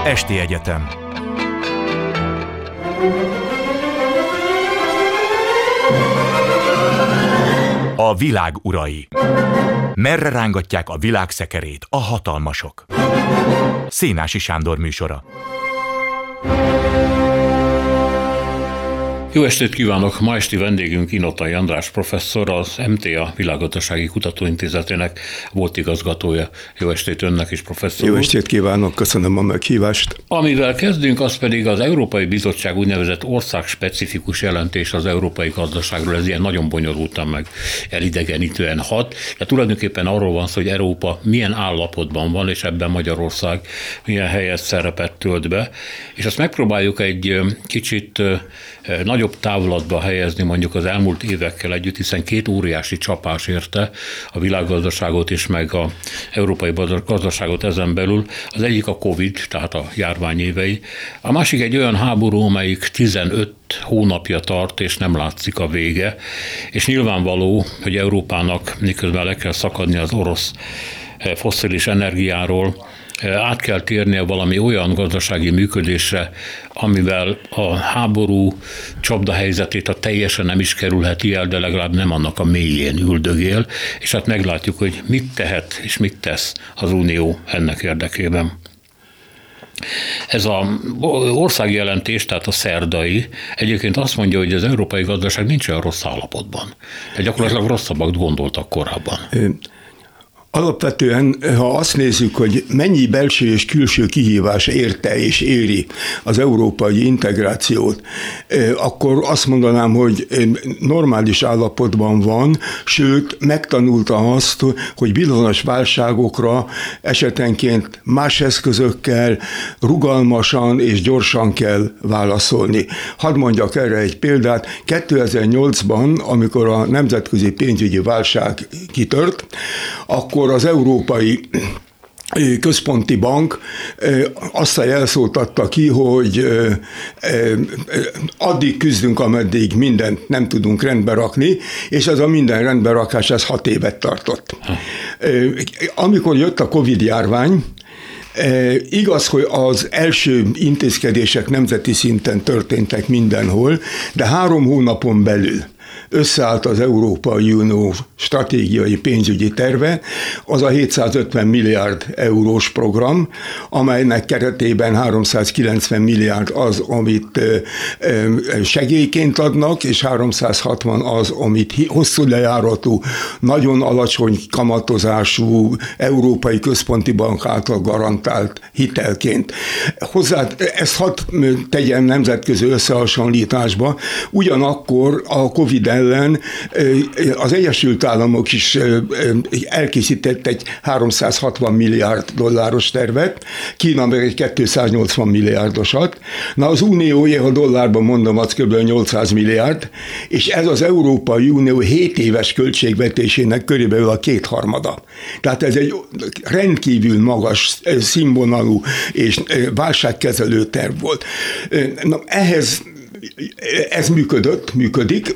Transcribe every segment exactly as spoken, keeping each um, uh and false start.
Esti Egyetem. A világ urai. Merre rángatják a világ szekerét a hatalmasok? Szénási Sándor műsora. Jó estét kívánok! Ma esti vendégünk Inotai András professzor, az em té á Világgazdasági Kutatóintézetének volt igazgatója. Jó estét önnek is, professzor. Jó estét kívánok, köszönöm a meghívást. Amivel kezdünk, az pedig az Európai Bizottság úgynevezett országspecifikus jelentés az európai gazdaságról. Ez ilyen nagyon bonyolultan meg elidegenítően hat. De tulajdonképpen arról van szó, hogy Európa milyen állapotban van, és ebben Magyarország milyen helyes szerepet tölt be. És azt megpróbáljuk egy kicsit nagyobb távlatba helyezni mondjuk az elmúlt évekkel együtt, hiszen két óriási csapás érte a világgazdaságot és meg az európai gazdaságot ezen belül. Az egyik a Covid, tehát a járvány évei. A másik egy olyan háború, amelyik tizenöt hónapja tart, és nem látszik a vége. És nyilvánvaló, hogy Európának miközben le kell szakadni az orosz fosszilis energiáról, át kell térnie valami olyan gazdasági működésre, amivel a háború csapdahelyzetét a teljesen nem is kerülheti el, de legalább nem annak a mélyén üldögél, és hát meglátjuk, hogy mit tehet és mit tesz az Unió ennek érdekében. Ez az országjelentés, tehát a szerdai, egyébként azt mondja, hogy az európai gazdaság nincs olyan rossz állapotban. De gyakorlatilag rosszabbat gondoltak korábban. Alapvetően, ha azt nézzük, hogy mennyi belső és külső kihívás érte és éri az európai integrációt, akkor azt mondanám, hogy normális állapotban van, sőt, megtanulta azt, hogy bizonyos válságokra esetenként más eszközökkel, rugalmasan és gyorsan kell válaszolni. Hadd mondjak erre egy példát. kétezer-nyolcban, amikor a nemzetközi pénzügyi válság kitört, akkor az Európai Központi Bank azt a jelszót adta ki, hogy addig küzdünk, ameddig mindent nem tudunk rendbe rakni, és ez a minden rendbe rakás, ez hat évet tartott. Amikor jött a Covid járvány, igaz, hogy az első intézkedések nemzeti szinten történtek mindenhol, de három hónapon belül összeállt az Európai Unió stratégiai pénzügyi terve, az a hétszázötven milliárd eurós program, amelynek keretében háromszázkilencven milliárd az, amit segélyként adnak, és háromszázhatvan az, amit hosszú lejáratú, nagyon alacsony kamatozású Európai Központi Bank által garantált hitelként. Hozzá, ezt hadd tegyem nemzetközi összehasonlításba, ugyanakkor a Covid ellen az Egyesült Államok is elkészített egy háromszázhatvan milliárd dolláros tervet, Kína meg egy kétszáznyolcvan milliárdosat. Na az Unió, ha dollárban mondom, az kb. nyolcszáz milliárd, és ez az Európai Unió hét éves költségvetésének körülbelül a kétharmada. Tehát ez egy rendkívül magas színvonalú és válságkezelő terv volt. Na, ehhez Ez működött, működik.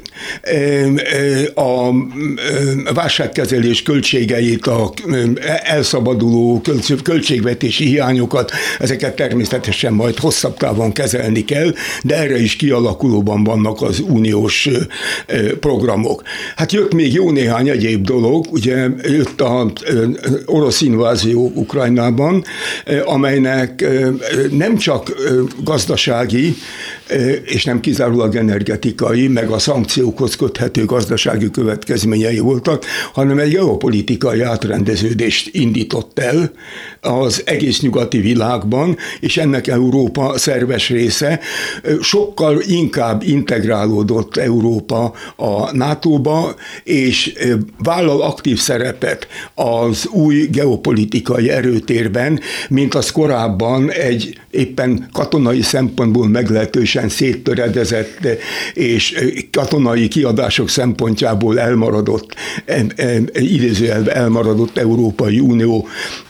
A válságkezelés költségeit, a elszabaduló költségvetési hiányokat, ezeket természetesen majd hosszabb távon kezelni kell, de erre is kialakulóban vannak az uniós programok. Hát jött még jó néhány egyéb dolog, ugye jött az orosz invázió Ukrajnában, amelynek nem csak gazdasági, és nem kizárólag energetikai, meg a szankciókhoz köthető gazdasági következményei voltak, hanem egy geopolitikai átrendeződést indított el az egész nyugati világban, és ennek Európa szerves része. Sokkal inkább integrálódott Európa a nátóba, és vállal aktív szerepet az új geopolitikai erőtérben, mint az korábban egy éppen katonai szempontból meglehetősen széttöredezett és katonai kiadások szempontjából elmaradott, idézőjelben elmaradott Európai Unió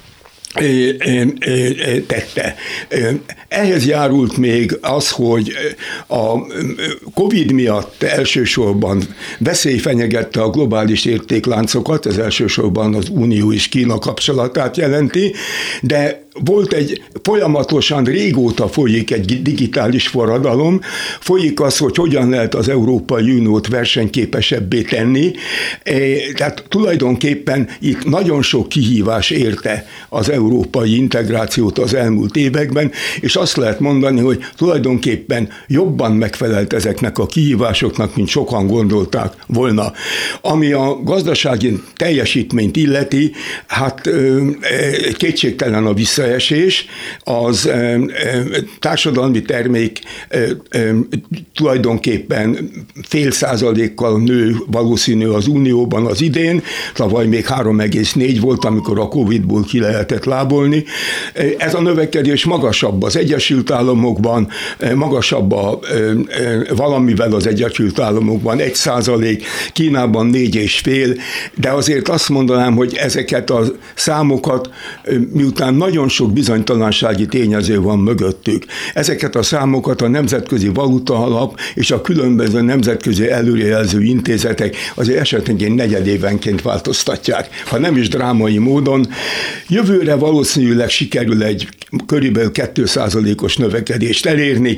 tette. Ehhez járult még az, hogy a Covid miatt elsősorban veszély fenyegette a globális értékláncokat, ez elsősorban az Unió és Kína kapcsolatát jelenti, de volt egy folyamatosan régóta folyik egy digitális forradalom, folyik az, hogy hogyan lehet az Európai Uniót versenyképesebbé tenni, tehát tulajdonképpen itt nagyon sok kihívás érte az európai integrációt az elmúlt években, és azt lehet mondani, hogy tulajdonképpen jobban megfelelt ezeknek a kihívásoknak, mint sokan gondolták volna. Ami a gazdasági teljesítményt illeti, hát kétségtelen a visszaesés, az társadalmi termék tulajdonképpen fél százalékkal nő valószínű az Unióban az idén, tavaly még három egész négy volt, amikor a Covidból ki lehetett lábolni. Ez a növekedés magasabb az Egyesült Államokban, magasabb a, valamivel az Egyesült Államokban egy százalék, Kínában négy és fél, de azért azt mondanám, hogy ezeket a számokat, miután nagyon sok bizonytalansági tényező van mögöttük, ezeket a számokat a Nemzetközi Valuta Alap és a különböző nemzetközi előrejelző intézetek azért esetenként negyedévenként változtatják, ha nem is drámai módon. Jövőre valószínűleg sikerül egy körülbelül két százalékos növekedést elérni,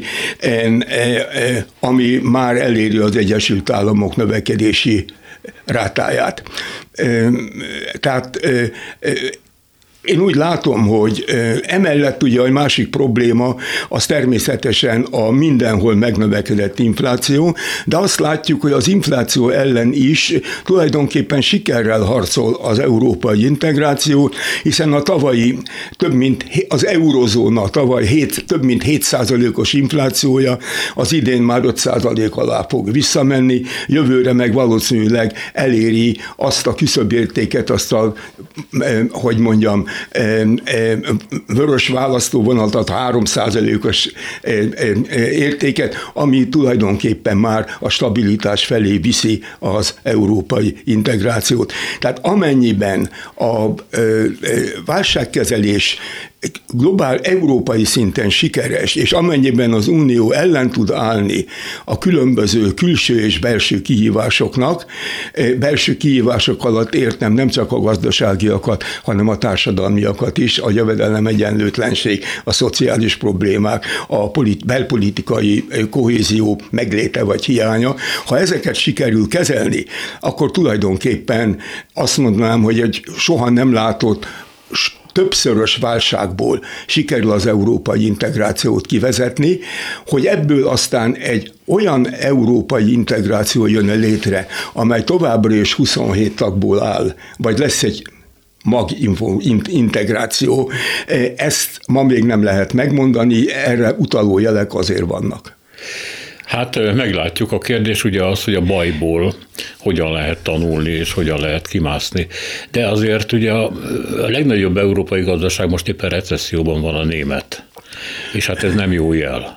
ami már eléri az Egyesült Államok növekedési rátáját. Tehát én úgy látom, hogy emellett ugye a másik probléma az természetesen a mindenhol megnövekedett infláció, de azt látjuk, hogy az infláció ellen is tulajdonképpen sikerrel harcol az európai integráció, hiszen a tavalyi több mint az eurozóna tavaly hét, több mint hét százalékos inflációja az idén már öt százalék alá fog visszamenni, jövőre meg valószínűleg eléri azt a küszöbértéket, azt a, hogy mondjam, vörös választóvonalat, három százalékos értéket, ami tulajdonképpen már a stabilitás felé viszi az európai integrációt. Tehát amennyiben a válságkezelés globál európai szinten sikeres, és amennyiben az Unió ellen tud állni a különböző külső és belső kihívásoknak, belső kihívások alatt értem nem csak a gazdaságiakat, hanem a társadalmiakat is, a jövedelem egyenlőtlenség, a szociális problémák, a polit- belpolitikai kohézió megléte vagy hiánya. Ha ezeket sikerül kezelni, akkor tulajdonképpen azt mondanám, hogy egy soha nem látott többszörös válságból sikerül az európai integrációt kivezetni, hogy ebből aztán egy olyan európai integráció jön létre, amely továbbra is huszonhét tagból áll, vagy lesz egy magintegráció. Ezt ma még nem lehet megmondani, erre utaló jelek azért vannak. Hát meglátjuk, a kérdés ugye az, hogy a bajból hogyan lehet tanulni, és hogyan lehet kimászni. De azért ugye a legnagyobb európai gazdaság most éppen recesszióban van, a német. És hát ez nem jó jel.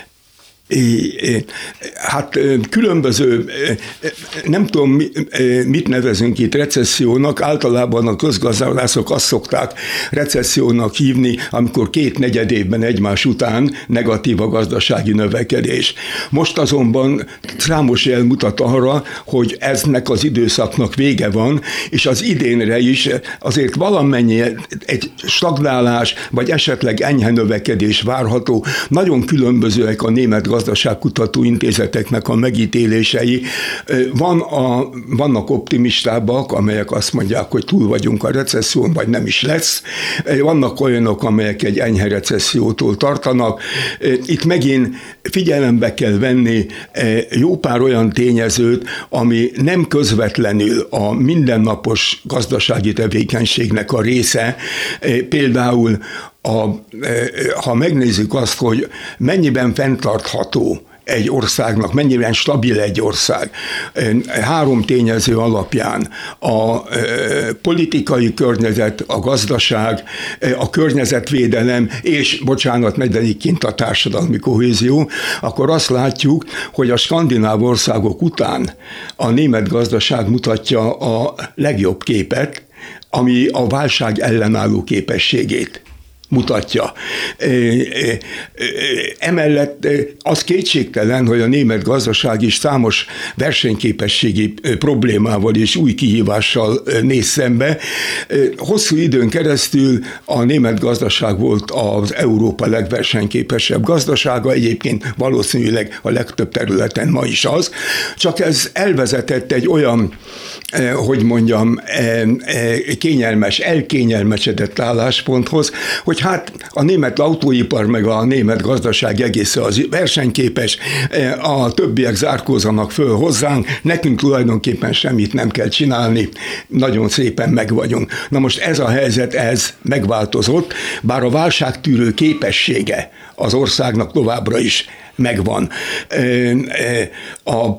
Hát különböző, nem tudom, mit nevezünk itt recessziónak, általában a közgazdászok azt szokták recessziónak hívni, amikor két negyed évben egymás után negatív a gazdasági növekedés. Most azonban számos jel mutat arra, hogy eznek az időszaknak vége van, és az idénre is azért valamennyi egy stagnálás, vagy esetleg enyhe növekedés várható. Nagyon különbözőek a német gazdaságkutató intézeteknek a megítélései. Van a, vannak optimistábbak, amelyek azt mondják, hogy túl vagyunk a recesszión, vagy nem is lesz. Vannak olyanok, amelyek egy enyhe recessziótól tartanak. Itt megint figyelembe kell venni jó pár olyan tényezőt, ami nem közvetlenül a mindennapos gazdasági tevékenységnek a része. Például A, ha megnézzük azt, hogy mennyiben fenntartható egy országnak, mennyiben stabil egy ország, három tényező alapján: a politikai környezet, a gazdaság, a környezetvédelem, és, bocsánat, negyedik a társadalmi kohézió, akkor azt látjuk, hogy a skandináv országok után a német gazdaság mutatja a legjobb képet, ami a válság ellenálló képességét mutatja. Emellett az kétségtelen, hogy a német gazdaság is számos versenyképességi problémával és új kihívással néz szembe. Hosszú időn keresztül a német gazdaság volt az Európa legversenyképesebb gazdasága, egyébként valószínűleg a legtöbb területen ma is az, csak ez elvezetett egy olyan, hogy mondjam, kényelmes, elkényelmesedett állásponthoz, hogy hát a német autóipar meg a német gazdaság egésze az versenyképes, a többiek zárkózanak föl hozzánk, nekünk tulajdonképpen semmit nem kell csinálni, nagyon szépen megvagyunk. Na most ez a helyzet, ez megváltozott, bár a válságtűrő képessége az országnak továbbra is megvan. A, a,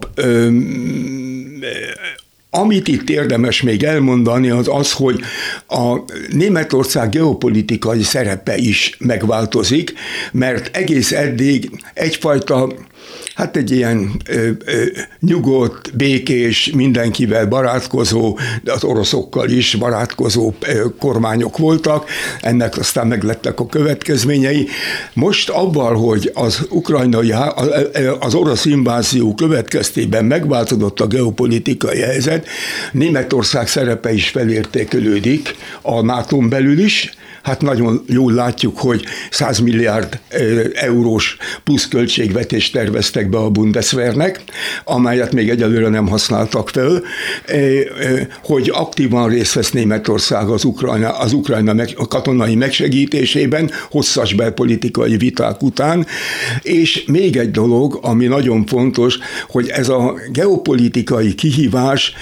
Amit itt érdemes még elmondani, az az, hogy a Németország geopolitikai szerepe is megváltozik, mert egész eddig egyfajta, hát egy ilyen ö, ö, nyugodt, békés, mindenkivel barátkozó, de az oroszokkal is barátkozó ö, kormányok voltak, ennek aztán meglettek a következményei. Most abban, hogy az ukrajnai, az orosz invázió következtében megváltozott a geopolitikai helyzet, Németország szerepe is felértékelődik a nátón belül is. Hát nagyon jól látjuk, hogy száz milliárd eurós plusz költségvetést terveztek be a Bundeswehrnek, amelyet még egyelőre nem használtak fel, hogy aktívan részt vesz Németország az Ukrajna, az Ukrajna meg, a katonai megsegítésében, hosszas belpolitikai viták után, és még egy dolog, ami nagyon fontos, hogy ez a geopolitikai kihívás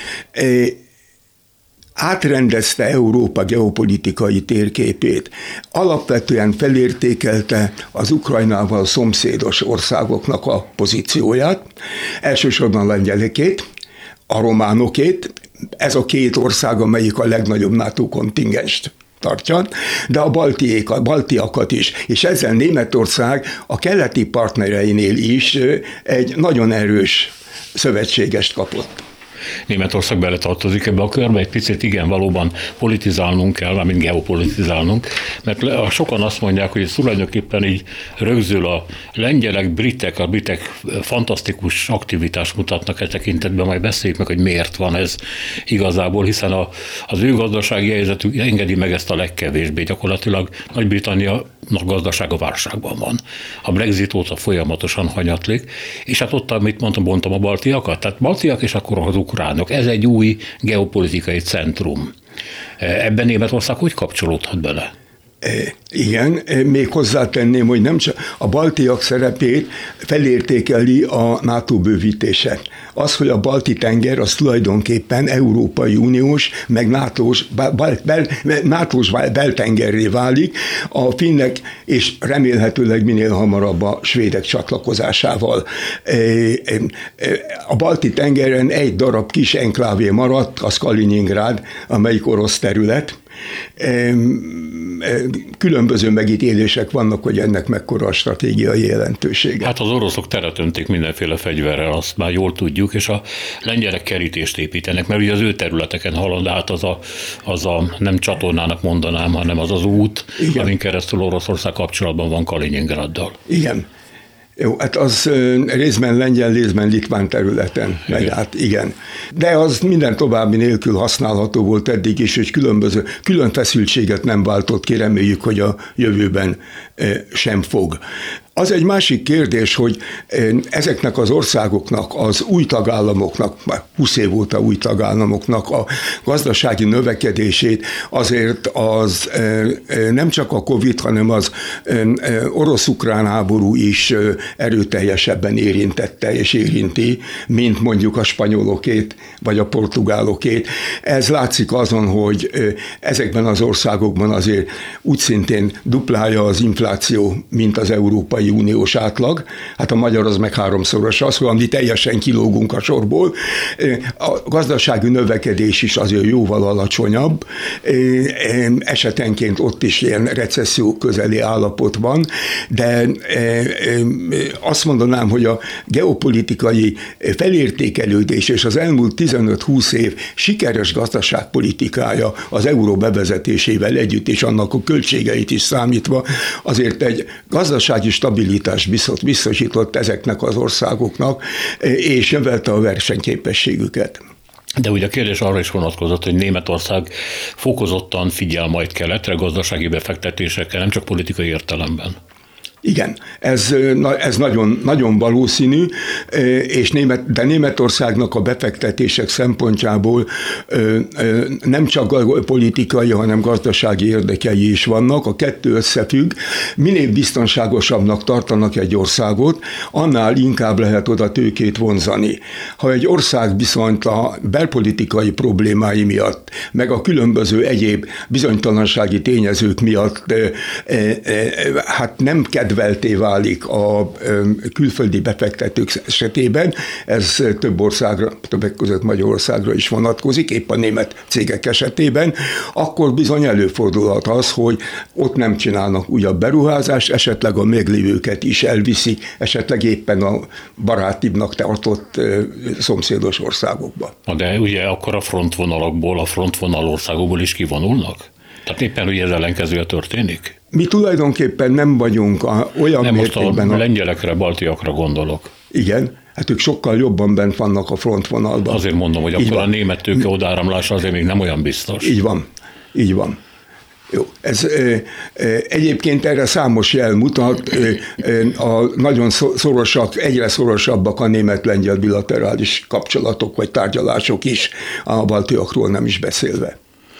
átrendezte Európa geopolitikai térképét. Alapvetően felértékelte az Ukrajnával szomszédos országoknak a pozícióját, elsősorban a lengyelekét, a románokét, ez a két ország, amelyik a legnagyobb NATO kontingenst tartja, de a baltiék, a baltiakat is, és ezzel Németország a keleti partnereinél is egy nagyon erős szövetségest kapott. Németország beletartozik ebbe a körbe, egy picit igen, valóban politizálnunk kell, mármint geopolitizálnunk, mert sokan azt mondják, hogy ez tulajdonképpen így rögzül a lengyelek, britek, a britek fantasztikus aktivitást mutatnak e tekintetben, majd beszéljük meg, hogy miért van ez igazából, hiszen a, az ő gazdasági helyzetük engedi meg ezt a legkevésbé. Gyakorlatilag Nagy-Britannia gazdasága válságban van. A Brexit óta folyamatosan hanyatlik, és hát ott, amit mondtam, mondtam a baltiakat, tehát baltiak és akkor az ukránok. Ez egy új geopolitikai centrum. Ebben Németország hogy kapcsolódhat bele? Igen, még hozzátenném, hogy nem csak a baltiak szerepét felértékeli a NATO bővítése. Az, hogy a Balti-tenger az tulajdonképpen Európai Uniós, meg nátós, bel, bel, nátós beltengerré válik a finnek, és remélhetőleg minél hamarabb a svédek csatlakozásával. A Balti-tengeren egy darab kis enklávé maradt, az Kaliningrád, amelyik orosz terület. Különböző megítélések vannak, hogy ennek mekkora a stratégiai jelentősége. Hát az oroszok teret öntik mindenféle fegyverrel, azt már jól tudjuk, és a lengyelek kerítést építenek, mert ugye az ő területeken halad át az a, az a nem csatornának mondanám, hanem az az út, igen, amin keresztül Oroszország kapcsolatban van Kaliningráddal. Igen. Jó, hát az részben lengyel, részben litván területen megy át, igen. De az minden további nélkül használható volt eddig is, hogy különböző, külön feszültséget nem váltott ki, reméljük, hogy a jövőben sem fog. Az egy másik kérdés, hogy ezeknek az országoknak, az új tagállamoknak, már húsz év óta új tagállamoknak a gazdasági növekedését azért az nem csak a Covid, hanem az orosz-ukrán háború is erőteljesebben érintette és érinti, mint mondjuk a spanyolokét vagy a portugálokét. Ez látszik azon, hogy ezekben az országokban azért úgy szintén duplája az infláció, mint az európai Európai Uniós átlag, hát a magyar az meg háromszoros az, hogy teljesen kilógunk a sorból. A gazdasági növekedés is azért jóval alacsonyabb, esetenként ott is ilyen recesszió közeli állapot van, de azt mondanám, hogy a geopolitikai felértékelődés és az elmúlt tizenöt-húsz év sikeres gazdaságpolitikája az euró bevezetésével együtt és annak a költségeit is számítva azért egy gazdasági stabilitást biztosított ezeknek az országoknak, és növelte a versenyképességüket. De ugye a kérdés arra is vonatkozott, hogy Németország fokozottan figyel majd keletre gazdasági befektetésekkel, nem csak politikai értelemben. Igen, ez, ez nagyon, nagyon valószínű, és Német, de Németországnak a befektetések szempontjából nem csak politikai, hanem gazdasági érdekei is vannak. A kettő összefügg. Minél biztonságosabbnak tartanak egy országot, annál inkább lehet oda tőkét vonzani. Ha egy ország viszont a belpolitikai problémái miatt, meg a különböző egyéb bizonytalansági tényezők miatt hát nem kedvelté válik a külföldi befektetők esetében, ez több országra, többek között Magyarországra is vonatkozik, épp a német cégek esetében, akkor bizony előfordulhat az, hogy ott nem csinálnak újabb beruházást, esetleg a meglévőket is elviszi, esetleg éppen a barátibbnak tartott szomszédos országokba. De ugye akkor a frontvonalakból, a frontvonal országokból is kivonulnak? Tehát éppen ugye ez ellenkezője történik? Mi tulajdonképpen nem vagyunk a, olyan nem mértékben... most a lengyelekre, baltiakra gondolok. Igen, hát ők sokkal jobban bent vannak a frontvonalban. Azért mondom, hogy így akkor van. A német tőke odáramlása azért még nem olyan biztos. Így van, így van. Jó, ez egyébként erre számos jel mutat, a nagyon szorosak, egyre szorosabbak a német-lengyel bilaterális kapcsolatok vagy tárgyalások is, a baltiakról nem is beszélve.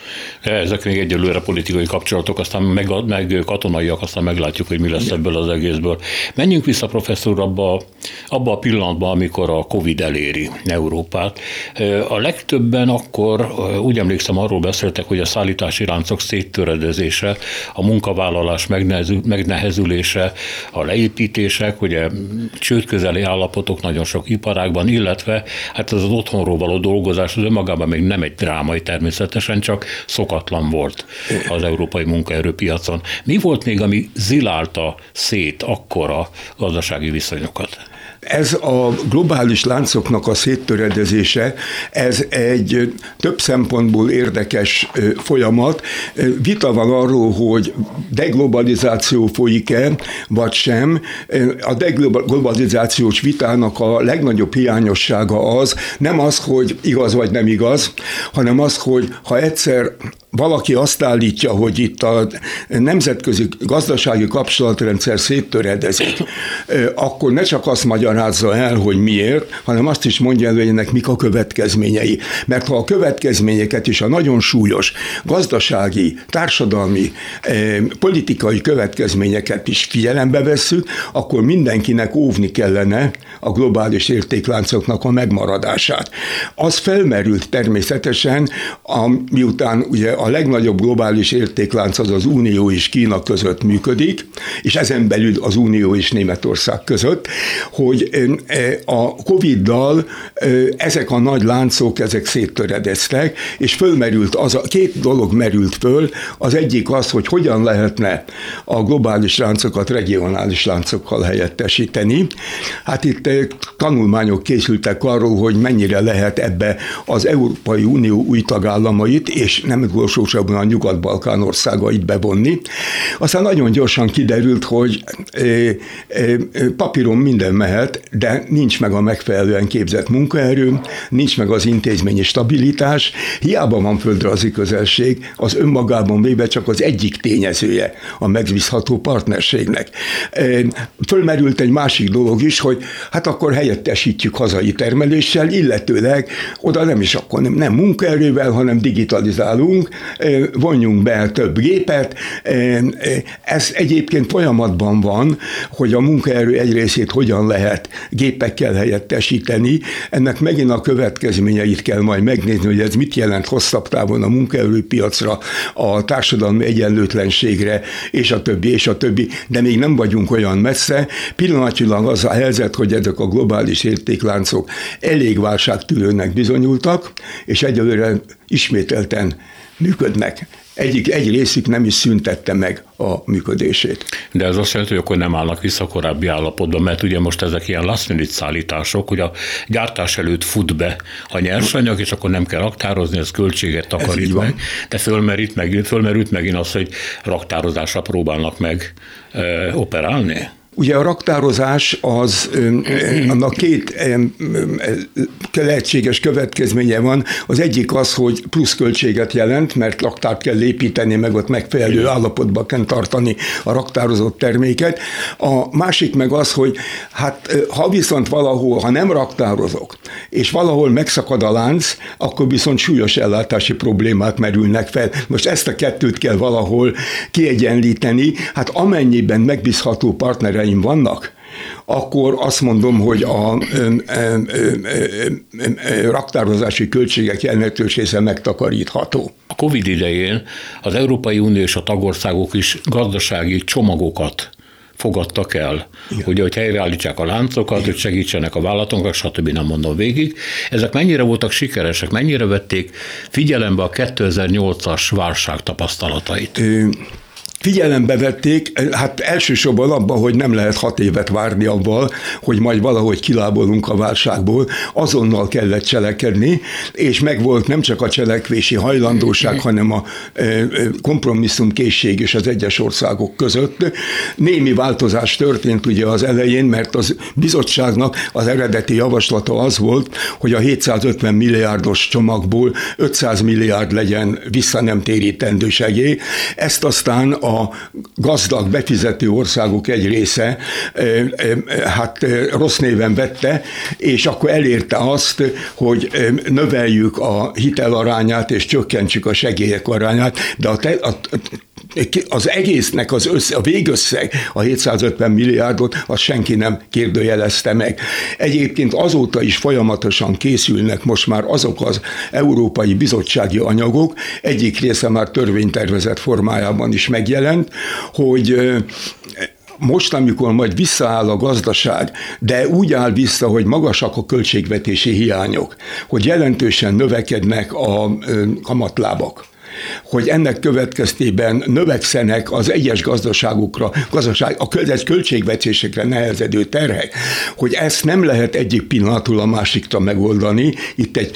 Ezek még egyelőre politikai kapcsolatok, aztán meg, meg katonaiak, aztán meglátjuk, hogy mi lesz igen. ebből az egészből. Menjünk vissza, professzor, abba, abba a pillanatban, amikor a Covid eléri Európát. A legtöbben akkor, úgy emlékszem, arról beszéltek, hogy a szállítási láncok széttöredezése, a munkavállalás megnehezülése, a leépítések, ugye csődközeli állapotok nagyon sok iparágban, illetve hát ez az otthonról való dolgozás az önmagában még nem egy drámai természetesen, csak szokatlan volt az európai munkaerőpiacon. Mi volt még, ami zilálta szét akkor a gazdasági viszonyokat? Ez a globális láncoknak a széttöredezése, ez egy több szempontból érdekes folyamat. Vita van arról, hogy deglobalizáció folyik-e, vagy sem. A deglobalizációs vitának a legnagyobb hiányossága az, nem az, hogy igaz vagy nem igaz, hanem az, hogy ha egyszer valaki azt állítja, hogy itt a nemzetközi gazdasági kapcsolatrendszer széttöredezik, akkor ne csak azt magyarázza el, hogy miért, hanem azt is mondja el, hogy ennek mik a következményei. Mert ha a következményeket is a nagyon súlyos gazdasági, társadalmi, politikai következményeket is figyelembe vesszük, akkor mindenkinek óvni kellene a globális értékláncoknak a megmaradását. Az felmerült természetesen, miután ugye a legnagyobb globális értéklánc az az Unió és Kína között működik, és ezen belül az Unió és Németország között, hogy a Coviddal ezek a nagy láncok, ezek széttöredeztek, és fölmerült, az a két dolog merült föl, az egyik az, hogy hogyan lehetne a globális láncokat regionális láncokkal helyettesíteni. Hát itt tanulmányok készültek arról, hogy mennyire lehet ebbe az Európai Unió új tagállamait, és nem utolsósorban a Nyugat-Balkán országait bevonni. Aztán nagyon gyorsan kiderült, hogy papíron minden mehet, de nincs meg a megfelelően képzett munkaerő, nincs meg az intézményi stabilitás, hiába van földrajzi közelség, az önmagában véve csak az egyik tényezője a megbízható partnerségnek. Fölmerült egy másik dolog is, hogy hát akkor helyettesítjük hazai termeléssel, illetőleg oda nem is akkor nem, nem munkaerővel, hanem digitalizálunk, vonjunk be több gépet. Ez egyébként folyamatban van, hogy a munkaerő egy részét hogyan lehet gépekkel helyettesíteni. Ennek megint a következményeit kell majd megnézni, hogy ez mit jelent hosszabb távon a munkaerőpiacra, a társadalmi egyenlőtlenségre, és a többi, és a többi, de még nem vagyunk olyan messze. Pillanatilag az a helyzet, hogy ezek a globális értékláncok elég válságtűrőnek bizonyultak, és egyelőre ismételten működnek. Egyik, egy részük nem is szüntette meg a működését. De ez azt jelenti, hogy akkor nem állnak vissza a korábbi állapotban, mert ugye most ezek ilyen last minute szállítások, hogy a gyártás előtt fut be a nyersanyag, és akkor nem kell raktározni, ez költséget takarít meg, de fölmerült megint, fölmerült megint az, hogy raktározásra próbálnak meg e, operálni. Ugye a raktározás az, annak két lehetséges következménye van. Az egyik az, hogy pluszköltséget jelent, mert raktárt kell építeni, meg ott megfelelő állapotban kell tartani a raktározott terméket. A másik meg az, hogy hát ha viszont valahol, ha nem raktározok, és valahol megszakad a lánc, akkor viszont súlyos ellátási problémák merülnek fel. Most ezt a kettőt kell valahol kiegyenlíteni. Hát amennyiben megbízható partnereim vannak, akkor azt mondom, hogy a ö, ö, ö, ö, raktározási költségek jelentős része megtakarítható. A Covid idején az Európai Unió és a tagországok is gazdasági csomagokat fogadtak el, igen, ugye, hogy helyreállítsák a láncokat, igen, hogy segítsenek a vállalatoknak, stb. Nem mondom végig. Ezek mennyire voltak sikeresek, mennyire vették figyelembe a kétezer-nyolcas válság tapasztalatait? Ö, Figyelembe vették, hát elsősorban abban, hogy nem lehet hat évet várni abban, hogy majd valahogy kilábolunk a válságból, azonnal kellett cselekedni, és megvolt nem csak a cselekvési hajlandóság, hanem a kompromisszumkészség is az egyes országok között. Némi változás történt ugye az elején, mert az bizottságnak az eredeti javaslata az volt, hogy a hétszázötven milliárdos csomagból ötszáz milliárd legyen vissza nem térítendő segély. Ezt aztán a a gazdag befizető országok egy része hát rossz néven vette, és akkor elérte azt, hogy növeljük a hitelarányát és csökkentsük a segélyek arányát, de a, te, a az egésznek az össze, a végösszeg, a hétszázötven milliárdot, azt senki nem kérdőjelezte meg. Egyébként azóta is folyamatosan készülnek most már azok az európai bizottsági anyagok, egyik része már törvénytervezet formájában is megjelent, hogy most, amikor majd visszaáll a gazdaság, de úgy áll vissza, hogy magasak a költségvetési hiányok, hogy jelentősen növekednek a kamatlábak, hogy ennek következtében növekszenek az egyes gazdaságokra, gazdaság, a költségvetésekre nehezedő terhek, hogy ezt nem lehet egyik pillanatról a másikra megoldani. Itt egy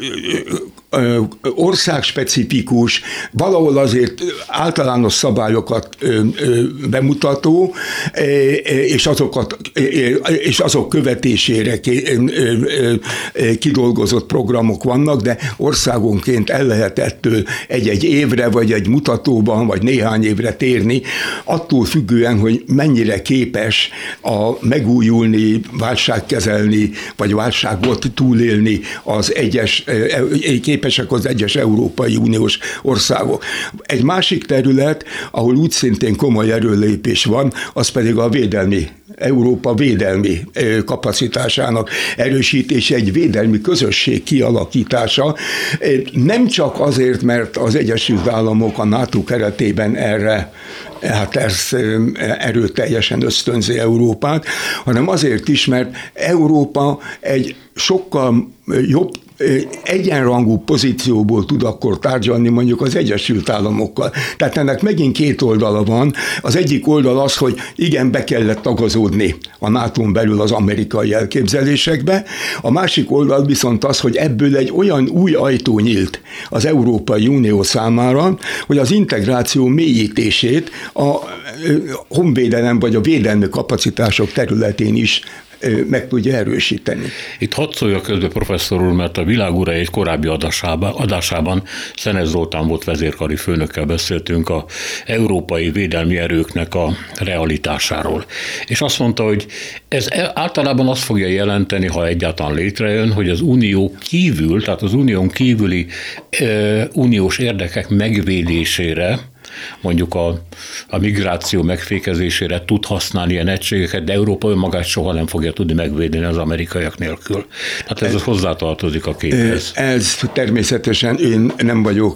országspecifikus, valahol azért általános szabályokat bemutató, és, azokat, és azok követésére kidolgozott programok vannak, de országonként el lehet ettől egy-egy évre, vagy egy mutatóban, vagy néhány évre térni, attól függően, hogy mennyire képes a megújulni, válságkezelni, vagy válságot túlélni az egyes, képesek az egyes Európai Uniós országok. Egy másik terület, ahol úgy szintén komoly erőlépés van, az pedig a védelmi, Európa védelmi kapacitásának erősítése, egy védelmi közösség kialakítása. Nem csak azért, mert az Egyesült Államok a NATO keretében erre hát ez erőteljesen ösztönzi Európát, hanem azért is, mert Európa egy sokkal jobb, egyenrangú pozícióból tud akkor tárgyalni mondjuk az Egyesült Államokkal. Tehát ennek megint két oldala van. Az egyik oldal az, hogy igen, be kellett tagazódni a nátón belül az amerikai elképzelésekbe. A másik oldal viszont az, hogy ebből egy olyan új ajtó nyílt az Európai Unió számára, hogy az integráció mélyítését a honvédelem vagy a védelmi kapacitások területén is meg tudja erősíteni. Itt hadd szóljak közben, professzor úr, mert a Világ ura egy korábbi adásában, adásában Szenez Zoltán volt vezérkari főnökkel beszéltünk a európai védelmi erőknek a realitásáról. És azt mondta, hogy ez általában azt fogja jelenteni, ha egyáltalán létrejön, hogy az unió kívül, tehát az unión kívüli e, uniós érdekek megvédésére, mondjuk a, a migráció megfékezésére tud használni ilyen egységeket, de Európa önmagát soha nem fogja tudni megvédeni az amerikaiak nélkül. Hát ez, ez hozzátartozik a képhez. Ez természetesen, én nem vagyok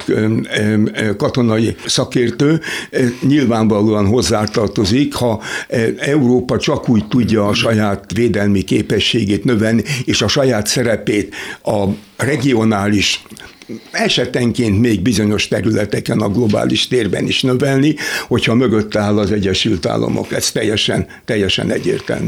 katonai szakértő, nyilvánvalóan hozzátartozik, ha Európa csak úgy tudja a saját védelmi képességét növelni, és a saját szerepét a regionális, esetenként még bizonyos területeken a globális térben is növelni, hogyha mögött áll az Egyesült Államok. Ez teljesen, teljesen egyértelmű.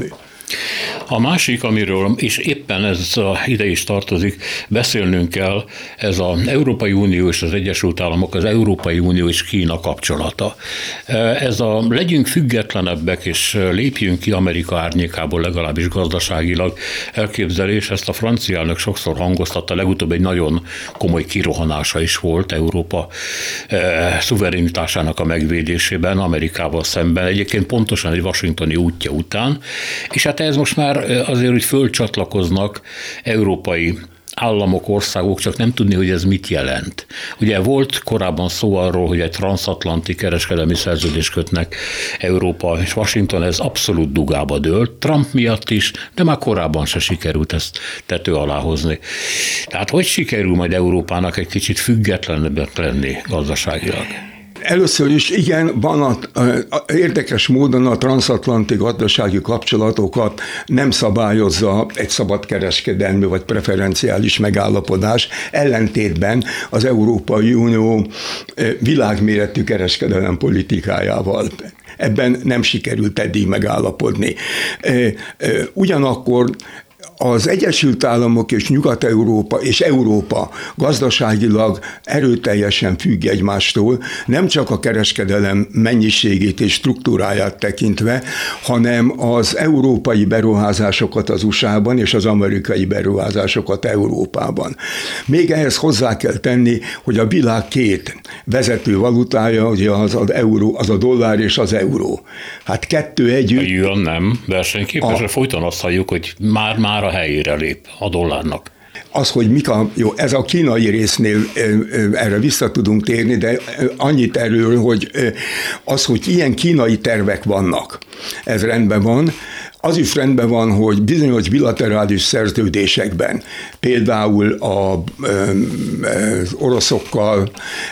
A másik, amiről, és éppen ez ide is tartozik, beszélnünk kell, ez az Európai Unió és az Egyesült Államok, az Európai Unió és Kína kapcsolata. Ez a legyünk függetlenebbek, és lépjünk ki Amerika árnyékából, legalábbis gazdaságilag elképzelés, ezt a francia elnök sokszor hangoztatta, legutóbb egy nagyon komoly kirohanása is volt Európa eh, szuverenitásának a megvédésében Amerikával szemben, egyébként pontosan egy washingtoni útja után, és hát ez most már azért, hogy fölcsatlakoznak európai államok, országok, csak nem tudni, hogy ez mit jelent. Ugye volt korábban szó arról, hogy egy transatlanti kereskedelmi szerződést kötnek Európa és Washington, ez abszolút dugába dőlt, Trump miatt is, de már korábban se sikerült ezt tető alá hozni. Tehát hogy sikerül majd Európának egy kicsit függetlenebbek lenni gazdaságilag? Először is igen, van a, a, érdekes módon a transatlanti gazdasági kapcsolatokat nem szabályozza egy szabadkereskedelmi vagy preferenciális megállapodás, ellentétben az Európai Unió világméretű kereskedelem politikájával. Ebben nem sikerült eddig megállapodni. Ugyanakkor az Egyesült Államok és Nyugat-Európa és Európa gazdaságilag erőteljesen függ egymástól, nem csak a kereskedelem mennyiségét és struktúráját tekintve, hanem az európai beruházásokat az u es á-ban és az amerikai beruházásokat Európában. Még ehhez hozzá kell tenni, hogy a világ két vezető valutája, ugye az az euró, az a dollár és az euró. Hát kettő együtt. A yuan nem versenyképes, a... folyton azt halljuk, hogy már-már a helyére lép a dollárnak. Az, hogy mik a, jó, ez a kínai résznél erre vissza tudunk térni, de annyit erről, hogy az, hogy ilyen kínai tervek vannak, ez rendben van. Az is rendben van, hogy bizonyos bilaterális szerződésekben, például a, az oroszokkal,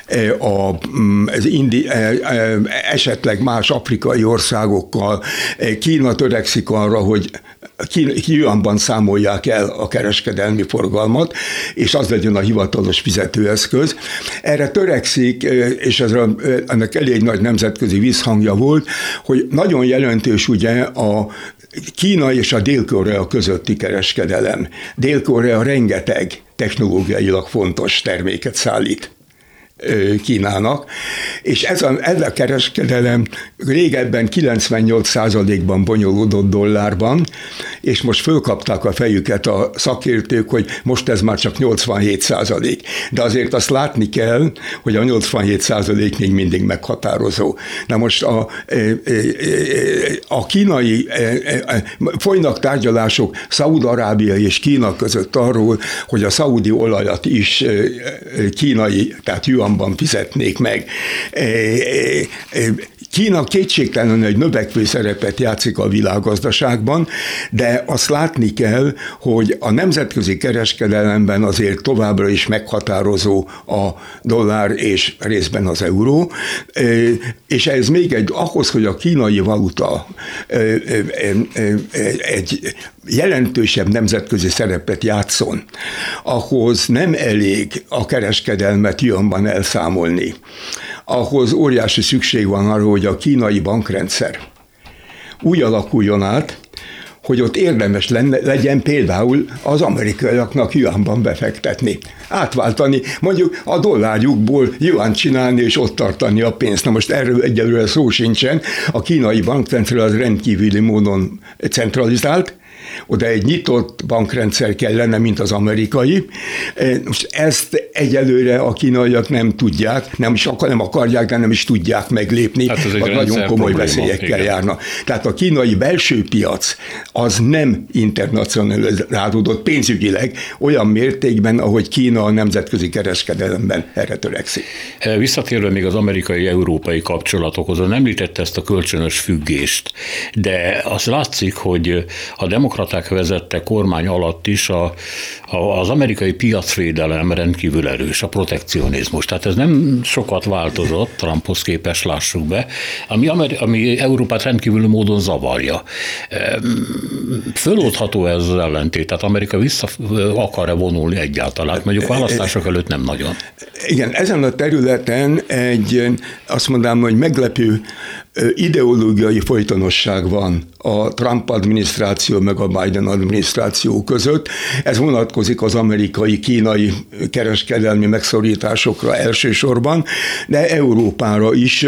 az indi, esetleg más afrikai országokkal Kína törekszik arra, hogy yuanban számolják el a kereskedelmi forgalmat, és az legyen a hivatalos fizetőeszköz. Erre törekszik, és ez a, ennek elég nagy nemzetközi visszhangja volt, hogy nagyon jelentős ugye a Kína és a Dél-Korea közötti kereskedelem. Dél-Korea rengeteg technológiailag fontos terméket szállít Kínának, és ez a, ez a kereskedelem régebben kilencvennyolc százalékban bonyolódott dollárban, és most fölkapták a fejüket a szakértők, hogy most ez már csak nyolcvanhét százalék. De azért azt látni kell, hogy a nyolcvanhét százalék még mindig meghatározó. Na most a, a kínai, folynak tárgyalások Szaúd-Arábia és Kína között arról, hogy a szaúdi olajat is kínai, tehát yuanban fizetnék meg. Kína kétségtelenül egy növekvő szerepet játszik a világgazdaságban, de azt látni kell, hogy a nemzetközi kereskedelemben azért továbbra is meghatározó a dollár és részben az euró, és ez még egy, ahhoz, hogy a kínai valuta egy jelentősebb nemzetközi szerepet játszon, ahhoz nem elég a kereskedelmet yuanban elszámolni. Ahhoz óriási szükség van arra, hogy a kínai bankrendszer úgy alakuljon át, hogy ott érdemes lenne, legyen például az amerikaiaknak yuanban befektetni. Átváltani, mondjuk a dollárjukból yuan csinálni és ott tartani a pénzt. Na most erről egyelőre szó sincsen, a kínai bankrendszer az rendkívüli módon centralizált, Oda egy nyitott bankrendszer kellene, mint az amerikai. Most ezt egyelőre a kínaiak nem tudják, nem is akar, nem akarják, de nem is tudják meglépni, hát az nagyon komoly veszélyekkel igen. járna. Tehát a kínai belső piac az nem internacionalizálódott pénzügyileg olyan mértékben, ahogy Kína a nemzetközi kereskedelemben erre törekszik. Visszatérve még az amerikai-európai kapcsolatokhoz, említette ezt a kölcsönös függést, de az látszik, hogy a demokraták vezette kormány alatt is a, a, az amerikai piacvédelem rendkívül erős, a protekcionizmus. Tehát ez nem sokat változott, Trumphoz képest lássuk be, ami, ami Európát rendkívül módon zavarja. Föloldható ez az ellentét, tehát Amerika vissza akar-e vonulni egyáltalán? Mondjuk választások előtt nem nagyon. Igen, ezen a területen egy, azt mondanám, hogy meglepő ideológiai folytonosság van a Trump adminisztráció meg a Biden adminisztráció között. Ez vonatkozik az amerikai-kínai kereskedelmi megszorításokra elsősorban, de Európára is.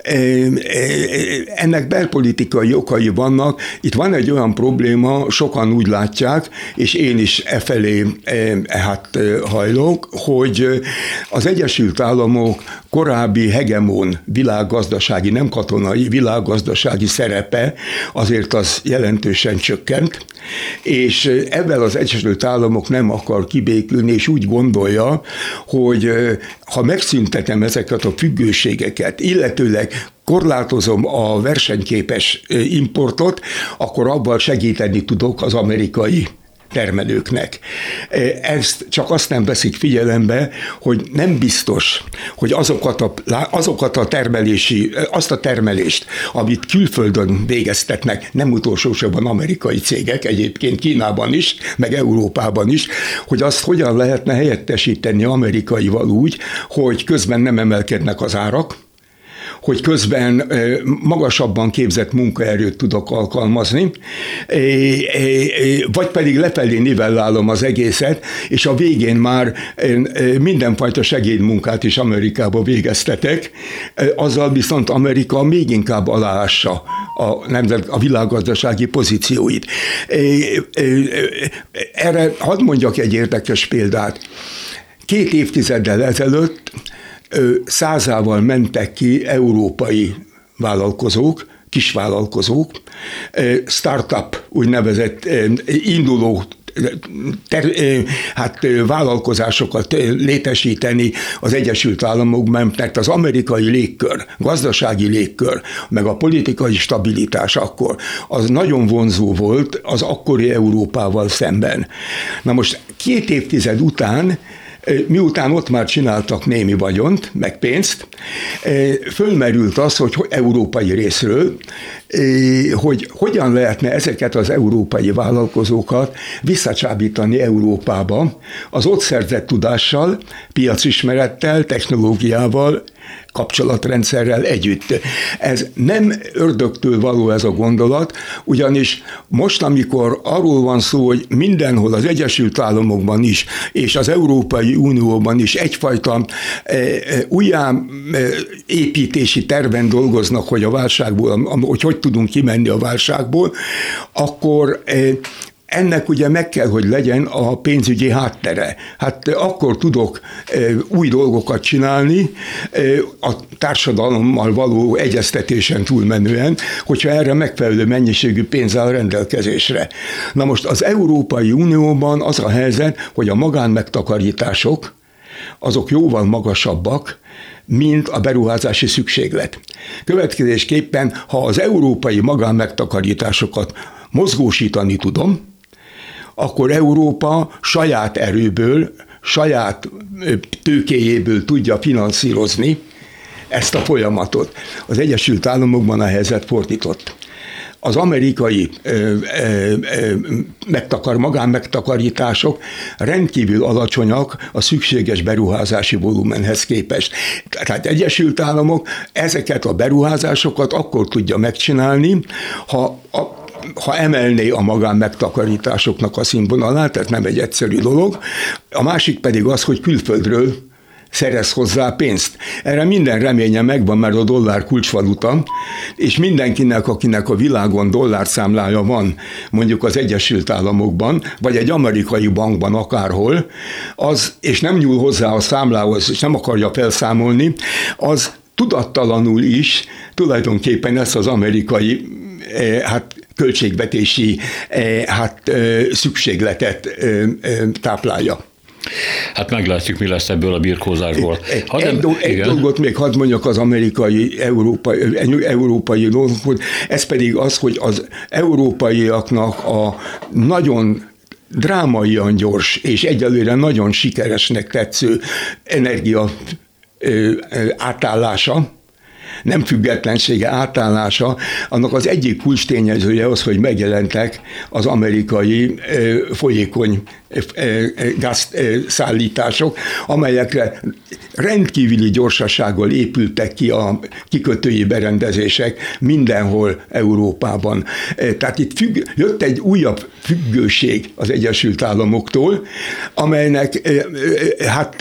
Ennek belpolitikai okai vannak. Itt van egy olyan probléma, sokan úgy látják, és én is e felé hát hajlok, hogy az Egyesült Államok korábbi hegemon világgazdasági, nem katonai világgazdasági szerepe azért az jelentősen csökkent, és ebben az Egyesült Államok nem akar kibékülni, és úgy gondolja, hogy ha megszüntetem ezeket a függőségeket, illetőleg korlátozom a versenyképes importot, akkor abban segíteni tudok az amerikai termelőknek. Ezt csak azt nem veszik figyelembe, hogy nem biztos, hogy azokat a, azokat a termelési, azt a termelést, amit külföldön végeztetnek, nem utolsó sorban amerikai cégek, egyébként Kínában is, meg Európában is, hogy azt hogyan lehetne helyettesíteni amerikaival úgy, hogy közben nem emelkednek az árak, hogy közben magasabban képzett munkaerőt tudok alkalmazni, vagy pedig lefelé nivellálom az egészet, és a végén már mindenfajta segédmunkát is Amerikába végeztetek, azzal viszont Amerika még inkább aláássa a, nemzet, a világgazdasági pozícióit. Erre hadd mondjak egy érdekes példát. Két évtizeddel ezelőtt százával mentek ki európai vállalkozók, kisvállalkozók, startup úgynevezett induló ter, hát vállalkozásokat létesíteni az Egyesült Államokban, mert az amerikai légkör, gazdasági légkör, meg a politikai stabilitás akkor, az nagyon vonzó volt az akkori Európával szemben. Na most két évtized után, miután ott már csináltak némi vagyont, meg pénzt, fölmerült az, hogy európai részről, hogy hogyan lehetne ezeket az európai vállalkozókat visszacsábítani Európába az ott szerzett tudással, piacismerettel, technológiával, kapcsolatrendszerrel együtt. Ez nem ördögtől való ez a gondolat, ugyanis most, amikor arról van szó, hogy mindenhol az Egyesült Államokban is, és az Európai Unióban is egyfajta újjáépítési terven dolgoznak, hogy a válságból, hogy hogy tudunk kimenni a válságból, akkor ennek ugye meg kell, hogy legyen a pénzügyi háttere. Hát akkor tudok új dolgokat csinálni a társadalommal való egyeztetésen túlmenően, hogyha erre megfelelő mennyiségű pénz áll rendelkezésre. Na most az Európai Unióban az a helyzet, hogy a magánmegtakarítások azok jóval magasabbak, mint a beruházási szükséglet. Következésképpen, ha az európai magánmegtakarításokat mozgósítani tudom, akkor Európa saját erőből, saját tőkéjéből tudja finanszírozni ezt a folyamatot. Az Egyesült Államokban a helyzet fordított. Az amerikai ö, ö, ö, megtakar, magánmegtakarítások rendkívül alacsonyak a szükséges beruházási volumenhez képest. Tehát Egyesült Államok ezeket a beruházásokat akkor tudja megcsinálni, ha a ha emelné a magánmegtakarításoknak a színvonalát, ez nem egy egyszerű dolog. A másik pedig az, hogy külföldről szerez hozzá pénzt. Erre minden reménye megvan, mert a dollár kulcsvaluta, és mindenkinek, akinek a világon dollárszámlája van, mondjuk az Egyesült Államokban, vagy egy amerikai bankban akárhol, az, és nem nyúl hozzá a számlához, és nem akarja felszámolni, az tudattalanul is tulajdonképpen ezt az amerikai hát költségvetési hát, szükségletet táplálja. Hát meglátjuk, mi lesz ebből a birkózásból. Egy, egy, do, egy dolgot még hadd mondjak az amerikai, európai, európai dolgot, ez pedig az, hogy az európaiaknak a nagyon drámaian gyors és egyelőre nagyon sikeresnek tetsző energia átállása, nem függetlensége átállása, annak az egyik kulcstényezője az, hogy megjelentek az amerikai folyékony gázszállítások, amelyekre rendkívüli gyorsasággal épültek ki a kikötői berendezések mindenhol Európában. Tehát itt függ, jött egy újabb függőség az Egyesült Államoktól, amelynek hát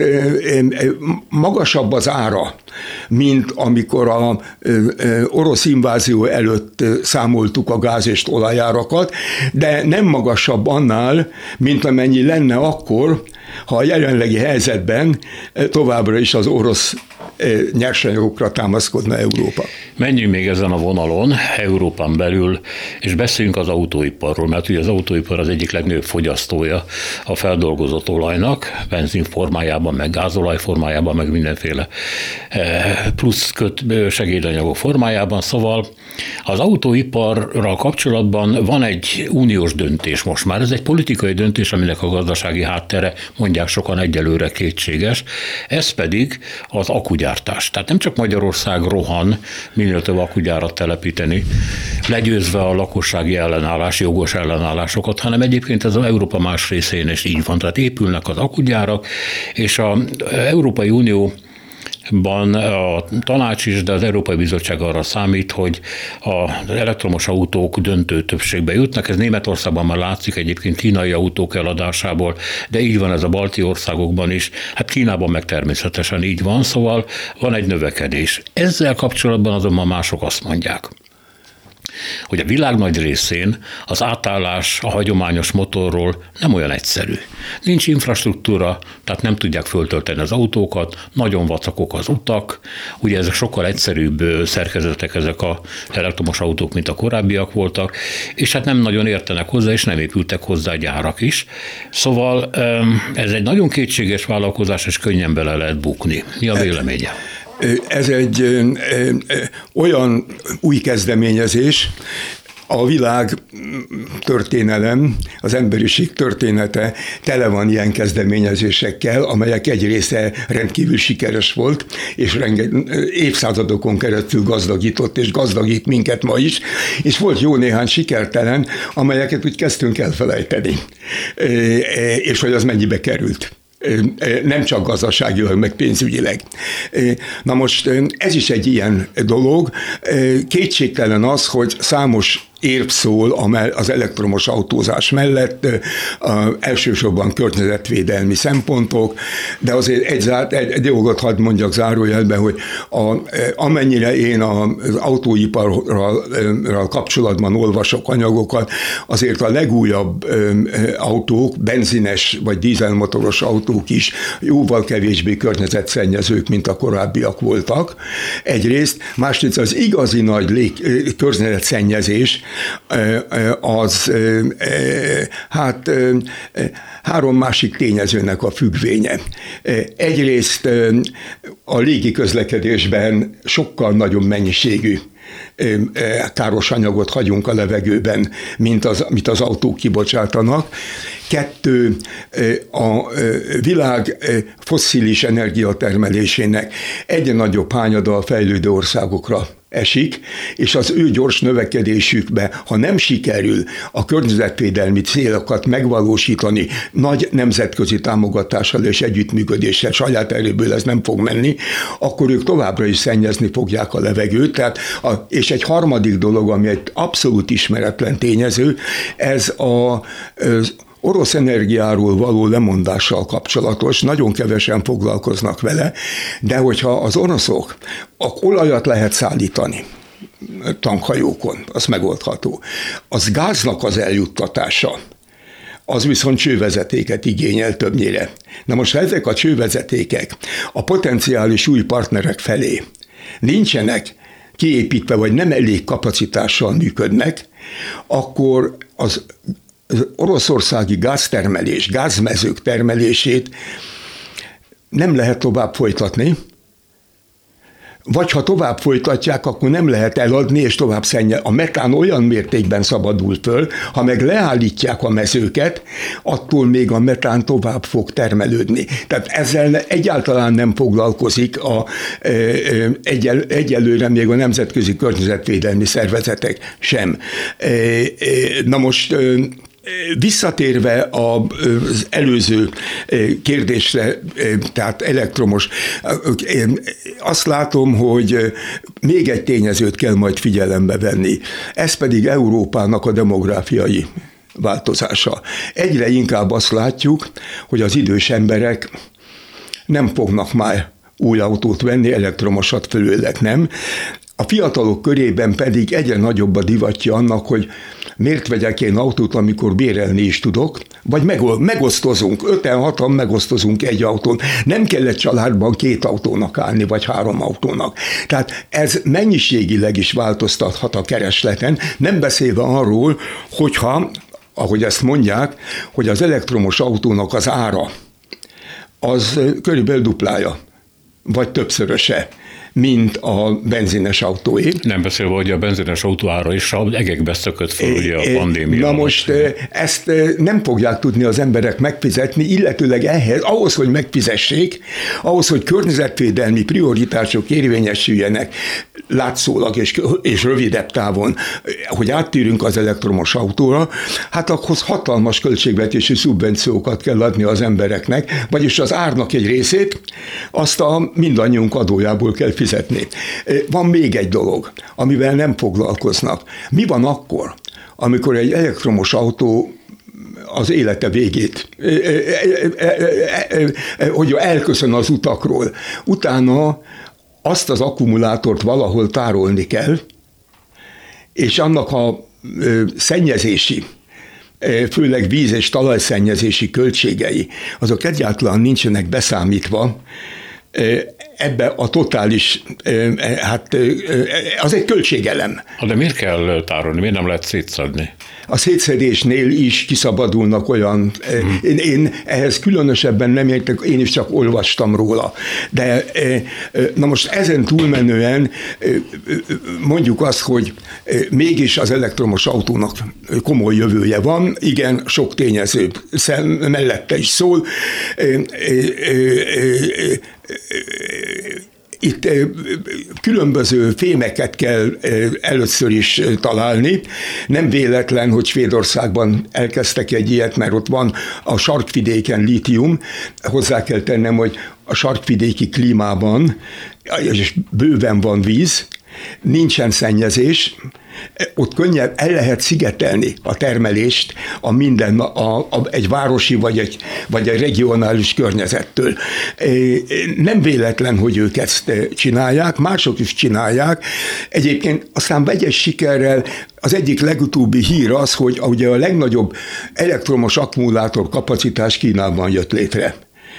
magasabb az ára, mint amikor az orosz invázió előtt számoltuk a gáz- és olajárakat, de nem magasabb annál, mint amennyi lenne akkor, ha a jelenlegi helyzetben továbbra is az orosz nyersanyagokra támaszkodna Európa. Menjünk még ezen a vonalon, Európán belül, és beszéljünk az autóiparról, mert ugye az autóipar az egyik legnagyobb fogyasztója a feldolgozott olajnak, benzin formájában, meg gázolaj formájában, meg mindenféle plusz köt, segédanyagok formájában, szóval az autóiparral kapcsolatban van egy uniós döntés most már, ez egy politikai döntés, aminek a gazdasági háttere, mondják sokan, egyelőre kétséges, ez pedig az akkugyártás. Tehát nem csak Magyarország rohan minél több akkugyárat telepíteni, legyőzve a lakossági ellenállás, jogos ellenállásokat, hanem egyébként ez az Európa más részén is így van. Tehát épülnek az akkugyárak, és az Európai Unió ban a tanács is, de az Európai Bizottság arra számít, hogy az elektromos autók döntő többségbe jutnak. Ez Németországban már látszik egyébként kínai autók eladásából, de így van ez a balti országokban is, hát Kínában meg természetesen így van, szóval van egy növekedés. Ezzel kapcsolatban azonban mások azt mondják, hogy a világ nagy részén az átállás a hagyományos motorról nem olyan egyszerű. Nincs infrastruktúra, tehát nem tudják föltölteni az autókat, nagyon vacakok az utak, ugye ezek sokkal egyszerűbb szerkezetek ezek az elektromos autók, mint a korábbiak voltak, és hát nem nagyon értenek hozzá, és nem épültek hozzá gyárak is. Szóval ez egy nagyon kétséges vállalkozás, és könnyen bele lehet bukni. Mi a véleménye? Ez egy ö, ö, olyan új kezdeményezés, a világ történelem, az emberiség története tele van ilyen kezdeményezésekkel, amelyek egy része rendkívül sikeres volt, és renge, évszázadokon keresztül gazdagított, és gazdagít minket ma is, és volt jó néhány sikertelen, amelyeket úgy kezdtünk elfelejteni, és hogy az mennyibe került. Nem csak gazdaságilag, meg pénzügyileg. Na most ez is egy ilyen dolog. Kétségtelen az, hogy számos érv szól az elektromos autózás mellett, elsősorban környezetvédelmi szempontok, de azért egy, zárt, egy, egy dolgot hadd mondjak zárójelben, hogy a, amennyire én az autóiparral kapcsolatban olvasok anyagokat, azért a legújabb autók, benzines vagy dízelmotoros autók is jóval kevésbé környezetszennyezők, mint a korábbiak voltak. Egyrészt, másrészt az igazi nagy lég, környezetszennyezés az hát három másik tényezőnek a függvénye. Egyrészt a légi közlekedésben sokkal nagyobb mennyiségű káros anyagot hagyunk a levegőben, mint az, mint az autók kibocsátanak. Kettő, a világ fosszilis energiatermelésének egyre nagyobb hányada a fejlődő országokra esik, és az ő gyors növekedésükbe, ha nem sikerül a környezetvédelmi célokat megvalósítani nagy nemzetközi támogatással és együttműködéssel, saját erőből ez nem fog menni, akkor ők továbbra is szennyezni fogják a levegőt. Tehát a, és egy harmadik dolog, ami egy abszolút ismeretlen tényező, ez a orosz energiáról való lemondással kapcsolatos, nagyon kevesen foglalkoznak vele, de hogyha az oroszok olajat lehet szállítani tankhajókon, az megoldható. Az gáznak az eljuttatása, az viszont csővezetéket igényel többnyire. Na most, ha ezek a csővezetékek a potenciális új partnerek felé nincsenek kiépítve, vagy nem elég kapacitással működnek, akkor az, az oroszországi gáztermelés, gázmezők termelését nem lehet tovább folytatni, vagy ha tovább folytatják, akkor nem lehet eladni, és tovább szennyel. A metán olyan mértékben szabadul föl, ha meg leállítják a mezőket, attól még a metán tovább fog termelődni. Tehát ezzel egyáltalán nem foglalkozik a, egyel, egyelőre még a nemzetközi környezetvédelmi szervezetek sem. Na most, visszatérve az előző kérdésre, tehát elektromos, azt látom, hogy még egy tényezőt kell majd figyelembe venni. Ez pedig Európának a demográfiai változása. Egyre inkább azt látjuk, hogy az idős emberek nem fognak már új autót venni, elektromosat fölőlek nem. A fiatalok körében pedig egyre nagyobb a divatja annak, hogy miért vegyek én autót, amikor bérelni is tudok, vagy megosztozunk, öten, hatan megosztozunk egy autón. Nem kell egy családban két autónak állni, vagy három autónak. Tehát ez mennyiségileg is változtathat a keresleten, nem beszélve arról, hogyha, ahogy ezt mondják, hogy az elektromos autónak az ára, az körülbelül duplája, vagy többszöröse, mint a benzines autóé. Nem beszélve, hogy a benzines autó ára is a egekbe szökött fel ugye a pandémia. Na most ezt nem fogják tudni az emberek megfizetni, illetőleg ehhez, ahhoz, hogy megfizessék, ahhoz, hogy környezetvédelmi prioritások érvényesüljenek látszólag és, és rövidebb távon, hogy áttérünk az elektromos autóra, hát ahhoz hatalmas költségvetési szubvenciókat kell adni az embereknek, vagyis az árnak egy részét azt a mindannyiunk adójából kell fizetni. Van még egy dolog, amivel nem foglalkoznak. Mi van akkor, amikor egy elektromos autó az élete végét, hogy elköszön az utakról, utána azt az akkumulátort valahol tárolni kell, és annak a szennyezési, főleg víz- és talajszennyezési költségei, azok egyáltalán nincsenek beszámítva ebbe a totális, hát az egy költségelem. De miért kell tárolni, miért nem lehet szétszedni? A szétszedésnél is kiszabadulnak olyan, hmm. én, én ehhez különösebben nem értek, én is csak olvastam róla. De na most ezen túlmenően mondjuk azt, hogy mégis az elektromos autónak komoly jövője van, igen, sok tényező mellette is szól. Itt különböző fémeket kell először is találni. Nem véletlen, hogy Svédországban elkezdtek egy ilyet, mert ott van a sarkvidéken lítium. Hozzá kell tennem, hogy a sarkvidéki klímában, és bőven van víz, nincsen szennyezés, ott könnyen el lehet szigetelni a termelést a minden, a, a, egy városi vagy egy, vagy egy regionális környezettől. Nem véletlen, hogy ők ezt csinálják, mások is csinálják. Egyébként aztán vegyes sikerrel az egyik legutóbbi hír az, hogy ugye a legnagyobb elektromos akkumulátor kapacitás Kínában jött létre.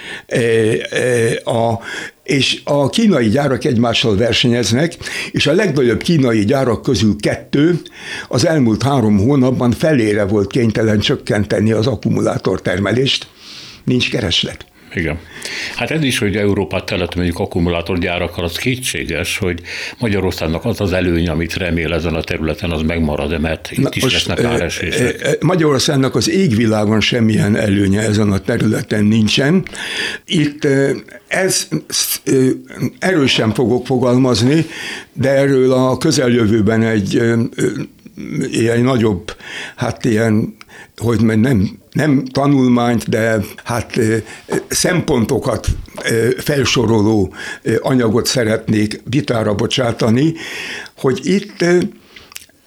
A, és a kínai gyárak egymással versenyeznek, és a legnagyobb kínai gyárak közül kettő az elmúlt három hónapban felére volt kénytelen csökkenteni az akkumulátortermelést. Nincs kereslet. Igen. Hát ez is, hogy Európát teletömjük akkumulátorgyárakkal, az kétséges, hogy Magyarországnak az az előny, amit remél ezen a területen, az megmarad, mert itt Na, is lesznek áresések. Magyarországnak az égvilágon semmilyen előnye ezen a területen nincsen. Itt ez erősen fogok fogalmazni, de erről a közeljövőben egy ilyen nagyobb, hát ilyen, hogy nem, nem tanulmányt, de hát szempontokat felsoroló anyagot szeretnék vitára bocsátani, hogy itt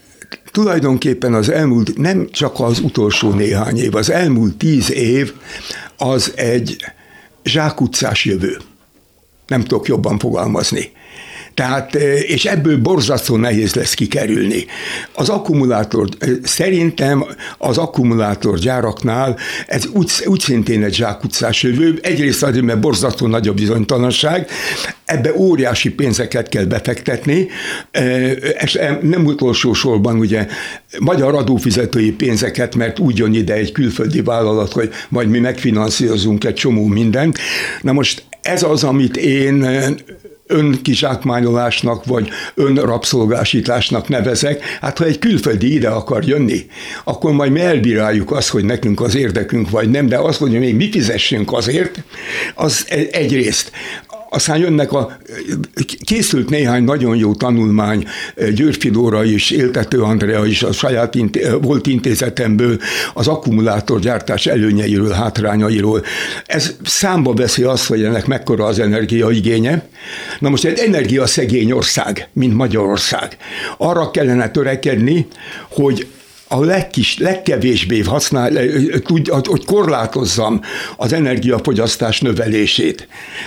tulajdonképpen az elmúlt, nem csak az utolsó néhány év, az elmúlt tíz év az egy zsákutcás jövő. Nem tudok jobban fogalmazni. Tehát, és ebből borzasztó nehéz lesz kikerülni. Az akkumulátor, szerintem az akkumulátorgyáraknál ez úgy, úgy szintén egy zsákutcás jövő, egyrészt azért, mert borzasztó nagy a bizonytalanság, ebbe óriási pénzeket kell befektetni, és nem utolsó sorban ugye magyar adófizetői pénzeket, mert úgy jön ide egy külföldi vállalat, hogy majd mi megfinanszírozunk egy csomó mindent. Na most ez az, amit én önkizsákmányolásnak vagy önrabszolgásításnak nevezek. Hát ha egy külföldi ide akar jönni, akkor majd mi elbíráljuk azt, hogy nekünk az érdekünk vagy nem, de azt, hogy még mi fizessünk azért, az egyrészt. Aztán jönnek a, készült néhány nagyon jó tanulmány, Györfi Dóra is, Éltető Andrea is a saját inté, volt intézetemből az akkumulátorgyártás előnyeiről, hátrányairól. Ez számba veszi azt, hogy ennek mekkora az energiaigénye. Na most egy energiaszegény ország, mint Magyarország, arra kellene törekedni, hogy a legkis, legkevésbé használ, hogy korlátozzam az energiafogyasztás növelését.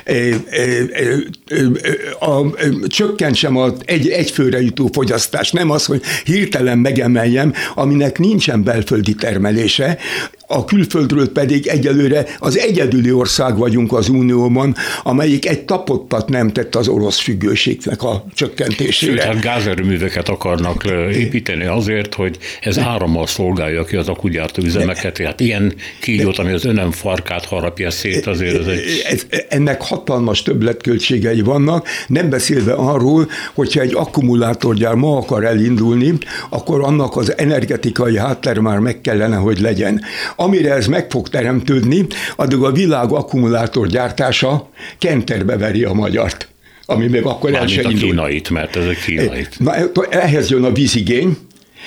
A, a, csökkentsem az egy, egyfőre jutó fogyasztást, nem az, hogy hirtelen megemeljem, aminek nincsen belföldi termelése, a külföldről pedig egyelőre az egyedüli ország vagyunk az Unióban, amelyik egy tapottat nem tett az orosz függőségnek a csökkentésére. Sőt, hát gázerőműveket akarnak építeni azért, hogy ez árammal szolgálja ki az akkugyártó üzemeket. Hát ilyen kígyót, ami az önem farkát harapja szét, azért ez egy... Ez, ennek hatalmas többletköltségei vannak, nem beszélve arról, hogyha egy akkumulátorgyár ma akar elindulni, akkor annak az energetikai háttér már meg kellene, hogy legyen. Amire ez meg fog teremtődni, addig a világ akkumulátorgyártása kenterbe veri a magyart, ami még akkor el se indul. a kínait, mert ez a kínait. Na, ehhez jön a vízigény.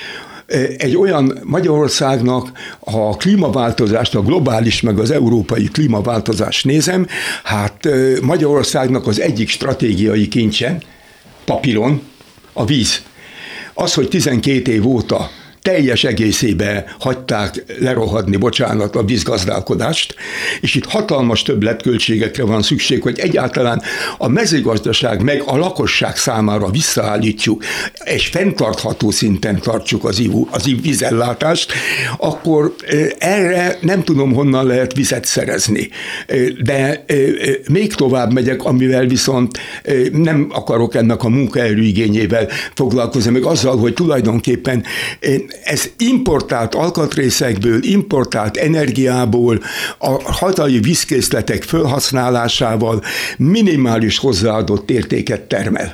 Egy olyan Magyarországnak, ha a klímaváltozást, a globális meg az európai klímaváltozást nézem, hát Magyarországnak az egyik stratégiai kincse, papíron, a víz. Az, hogy tizenkét év óta teljes egészébe hagyták lerohadni, bocsánat, a vízgazdálkodást, és itt hatalmas többletköltségekre van szükség, hogy egyáltalán a mezőgazdaság meg a lakosság számára visszaállítsuk, és fenntartható szinten tartsuk az, ivú, az vízellátást, akkor erre nem tudom, honnan lehet vizet szerezni. De még tovább megyek, amivel viszont nem akarok ennek a munkaerőigényével foglalkozni, meg azzal, hogy tulajdonképpen ez importált alkatrészekből, importált energiából, a hazai vízkészletek felhasználásával minimális hozzáadott értéket termel.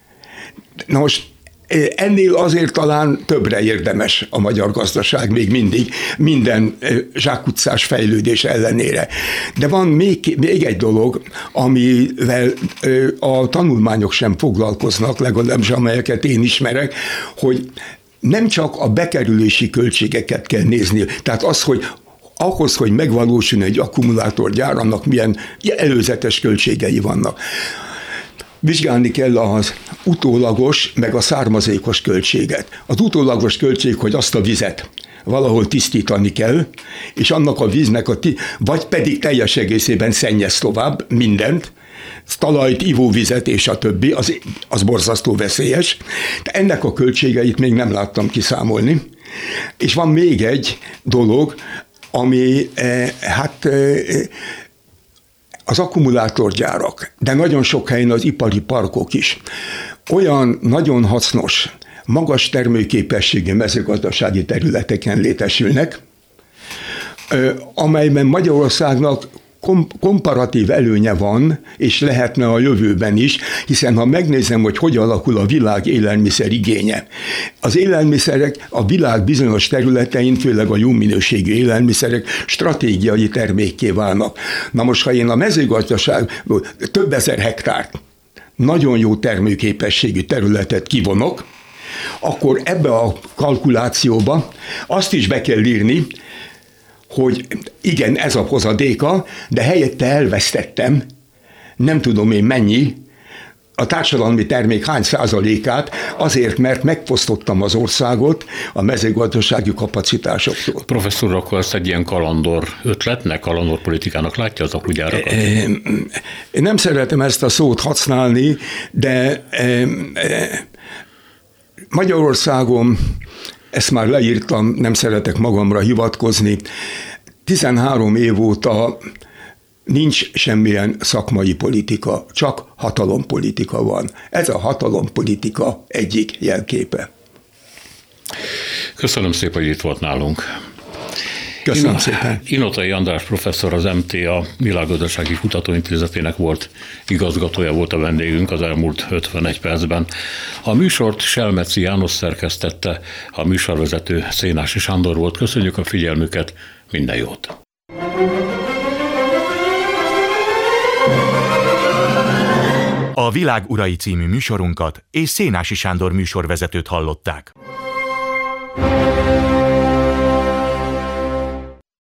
Na most ennél azért talán többre érdemes a magyar gazdaság még mindig, minden zsákutcás fejlődés ellenére. De van még, még egy dolog, amivel a tanulmányok sem foglalkoznak, legalábbis amelyeket én ismerek, hogy nem csak a bekerülési költségeket kell nézni, tehát az, hogy ahhoz, hogy megvalósuljon egy akkumulátorgyár, annak milyen előzetes költségei vannak. Vizsgálni kell az utólagos, meg a származékos költséget. Az utólagos költség, hogy azt a vizet valahol tisztítani kell, és annak a víznek a ti- vagy pedig teljes egészében szennyez tovább mindent, talajt, ivóvizet és a többi, az, az borzasztó veszélyes. De ennek a költségeit még nem láttam kiszámolni. És van még egy dolog, ami eh, hát eh, az akkumulátorgyárak, de nagyon sok helyen az ipari parkok is olyan nagyon hasznos, magas termőképességű mezőgazdasági területeken létesülnek, eh, amelyben Magyarországnak komparatív előnye van, és lehetne a jövőben is, hiszen ha megnézem, hogy hogy alakul a világ élelmiszer igénye. Az élelmiszerek a világ bizonyos területein, főleg a jó minőségű élelmiszerek stratégiai termékké válnak. Na most, ha én a mezőgazdaságból több ezer hektárt, nagyon jó termőképességű területet kivonok, akkor ebbe a kalkulációba azt is be kell írni, hogy igen, ez a hozadéka, de helyette elvesztettem, nem tudom én mennyi, a társadalmi termék hány százalékát, azért, mert megfosztottam az országot a mezőgazdasági kapacitásoktól. Professzor, akkor ezt egy ilyen kalandor ötletnek, kalandor politikának látja az akugyárakat? Én nem szeretem ezt a szót használni, de Magyarországon, ezt már leírtam, nem szeretek magamra hivatkozni, tizenhárom év óta nincs semmilyen szakmai politika, csak hatalompolitika van. Ez a hatalompolitika egyik jelképe. Köszönöm szépen, hogy itt volt nálunk. Köszönöm Ino- szépen. Inotai András professzor, az em té á Világgazdasági Kutatóintézetének volt igazgatója, volt a vendégünk az elmúlt ötvenegy percben. A műsort Selmeci János szerkesztette, a műsorvezető Szénási Sándor volt. Köszönjük a figyelmüket, minden jót! A Világ urai című műsorunkat és Szénási Sándor műsorvezetőt hallották.